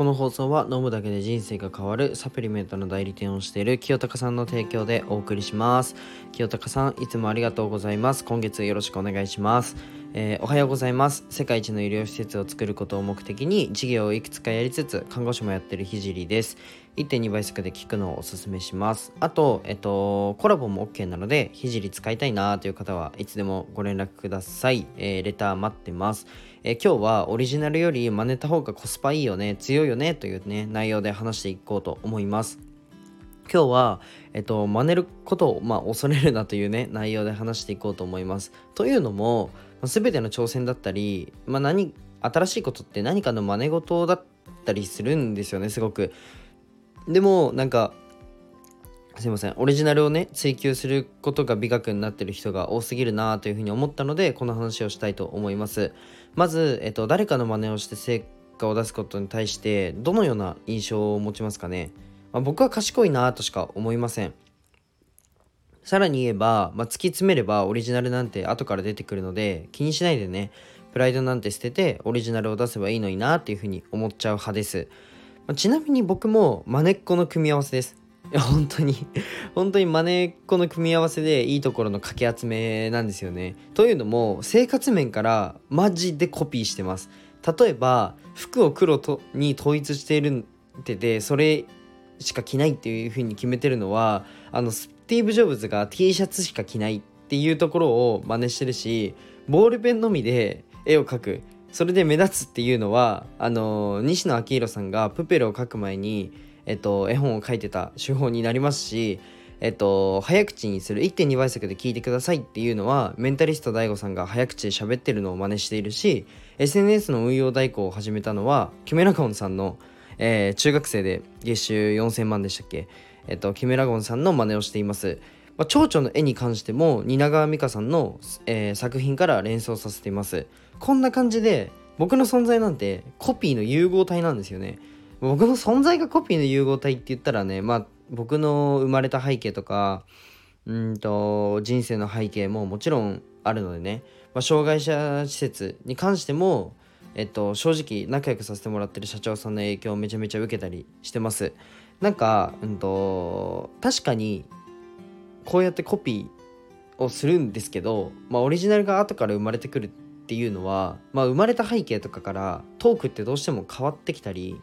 この放送は飲むだけで人生が変わるサプリメントの代理店をしている清高さんの提供でお送りします。清高さん、いつもありがとうございます。今月よろしくお願いします。おはようございます。世界一の医療施設を作ることを目的に事業をいくつかやりつつ看護師もやってるひじりです。1.2 倍速で聞くのをおすすめします。あと、コラボも OK なのでひじり使いたいなという方はいつでもご連絡ください。レター待ってます。今日はオリジナルより真似た方がコスパいいよね、強いよねというね内容で話していこうと思います。今日は、真似ることを、恐れるなというね内容で話していこうと思います。というのも、全ての挑戦だったり、新しいことって何かの真似事だったりするんですよね、すごく。でもすいません、オリジナルをね追求することが美学になってる人が多すぎるなというふうに思ったので、この話をしたいと思います。まず、誰かの真似をして成果を出すことに対してどのような印象を持ちますかね。僕は賢いなとしか思いません。さらに言えば、突き詰めればオリジナルなんて後から出てくるので、気にしないでね、プライドなんて捨ててオリジナルを出せばいいのになっていうふうに思っちゃう派です。ちなみに僕も真似っこの組み合わせです。いや本当に本当に真似っこの組み合わせでいいところの掛け集めなんですよね。というのも、生活面からマジでコピーしてます。例えば服をに統一しているってで、それしか着ないっていう風に決めてるのは、スティーブ・ジョブズが T シャツしか着ないっていうところを真似してるし、ボールペンのみで絵を描く、それで目立つっていうのは西野昭弘さんがプペルを描く前に絵本を書いてた手法になりますし、早口にする 1.2 倍速で聞いてくださいっていうのはメンタリスト DAIGO さんが早口で喋ってるのを真似しているし、 SNS の運用代行を始めたのはキメラゴンさんの、中学生で月収4000万でしたっけ、キメラゴンさんの真似をしています。蝶々の絵に関しても蜷川美香さんの、作品から連想させています。こんな感じで僕の存在なんてコピーの融合体なんですよね。僕の存在がコピーの融合体って言ったらね、僕の生まれた背景とか人生の背景ももちろんあるのでね、障害者施設に関しても正直仲良くさせてもらってる社長さんの影響をめちゃめちゃ受けたりしてます。確かにこうやってコピーをするんですけど、オリジナルが後から生まれてくるっていうのは、生まれた背景とかからトークってどうしても変わってきたり、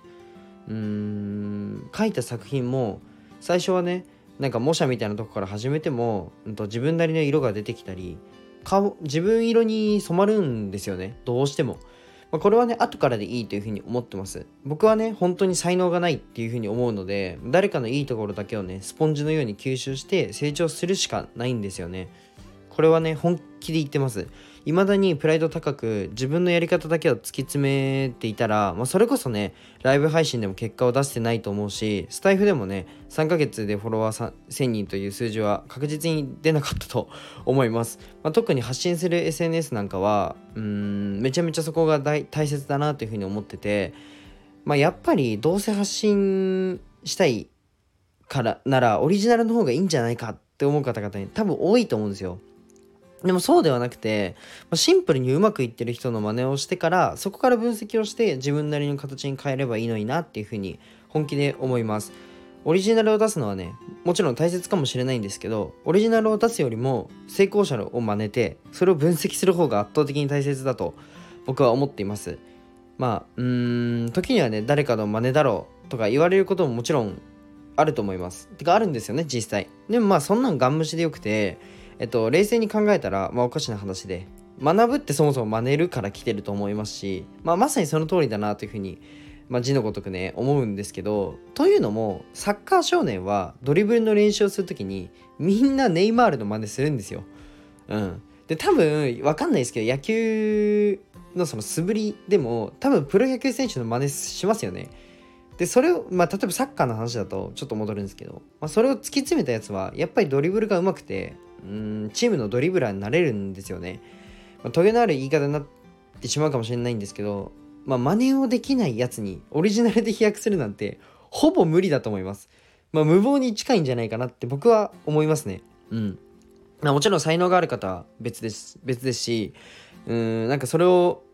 書いた作品も最初はね、模写みたいなとこから始めても、自分なりの色が出てきたり、自分色に染まるんですよね、どうしても。これはね後からでいいというふうに思ってます。僕はね本当に才能がないっていうふうに思うので、誰かのいいところだけをねスポンジのように吸収して成長するしかないんですよね。これはね本気で言ってます。未だにプライド高く自分のやり方だけを突き詰めていたら、それこそねライブ配信でも結果を出してないと思うし、スタイフでもね3ヶ月でフォロワー1000人という数字は確実に出なかったと思います。特に発信する SNS なんかはめちゃめちゃそこが大切だなというふうに思ってて、やっぱりどうせ発信したいからならオリジナルの方がいいんじゃないかって思う方々に多分多いと思うんですよ。でもそうではなくて、シンプルにうまくいってる人の真似をしてから、そこから分析をして自分なりの形に変えればいいのになっていうふうに本気で思います。オリジナルを出すのはねもちろん大切かもしれないんですけど、オリジナルを出すよりも成功者を真似てそれを分析する方が圧倒的に大切だと僕は思っています。時にはね誰かの真似だろうとか言われることももちろんあると思います。てかあるんですよね実際。でもそんなんガン無視でよくて、冷静に考えたらおかしな話で、学ぶってそもそも真似るから来てると思いますし、まさにその通りだなというふうに、字のごとくね思うんですけど、というのもサッカー少年はドリブルの練習をするときにみんなネイマールの真似するんですよ。で多分わかんないですけど、野球のその素振りでも多分プロ野球選手の真似しますよね。でそれを例えばサッカーの話だとちょっと戻るんですけど、それを突き詰めたやつはやっぱりドリブルが上手くてチームのドリブラーになれるんですよね。トゲのある言い方になってしまうかもしれないんですけど、真似をできないやつにオリジナルで飛躍するなんてほぼ無理だと思います。無謀に近いんじゃないかなって僕は思いますね。もちろん才能がある方は別ですし、それを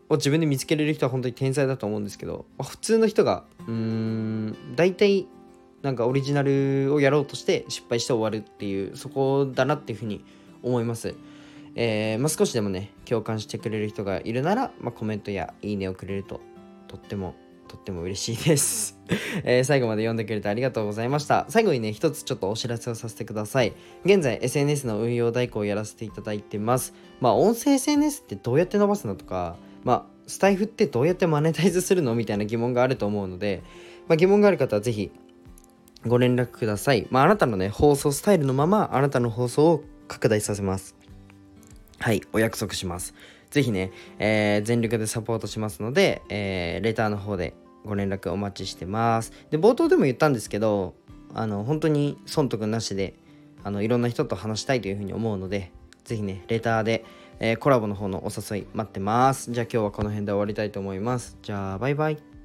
を自分で見つけれる人は本当に天才だと思うんですけど、普通の人が大体なんかオリジナルをやろうとして失敗して終わるっていう、そこだなっていうふうに思います。少しでもね共感してくれる人がいるなら、コメントやいいねをくれるととっても嬉しいです、最後まで読んでくれてありがとうございました。最後にね一つちょっとお知らせをさせてください。現在 SNS の運用代行をやらせていただいてます。音声 SNS ってどうやって伸ばすのとか、スタイフってどうやってマネタイズするのみたいな疑問があると思うので、疑問がある方はぜひご連絡ください。あなたのね放送スタイルのままあなたの放送を拡大させます。はい、お約束します。ぜひね、全力でサポートしますので、レターの方でご連絡お待ちしてます。で、冒頭でも言ったんですけど、本当に損得なしでいろんな人と話したいというふうに思うので、ぜひねレターで、コラボの方のお誘い待ってます。じゃあ今日はこの辺で終わりたいと思います。じゃあバイバイ。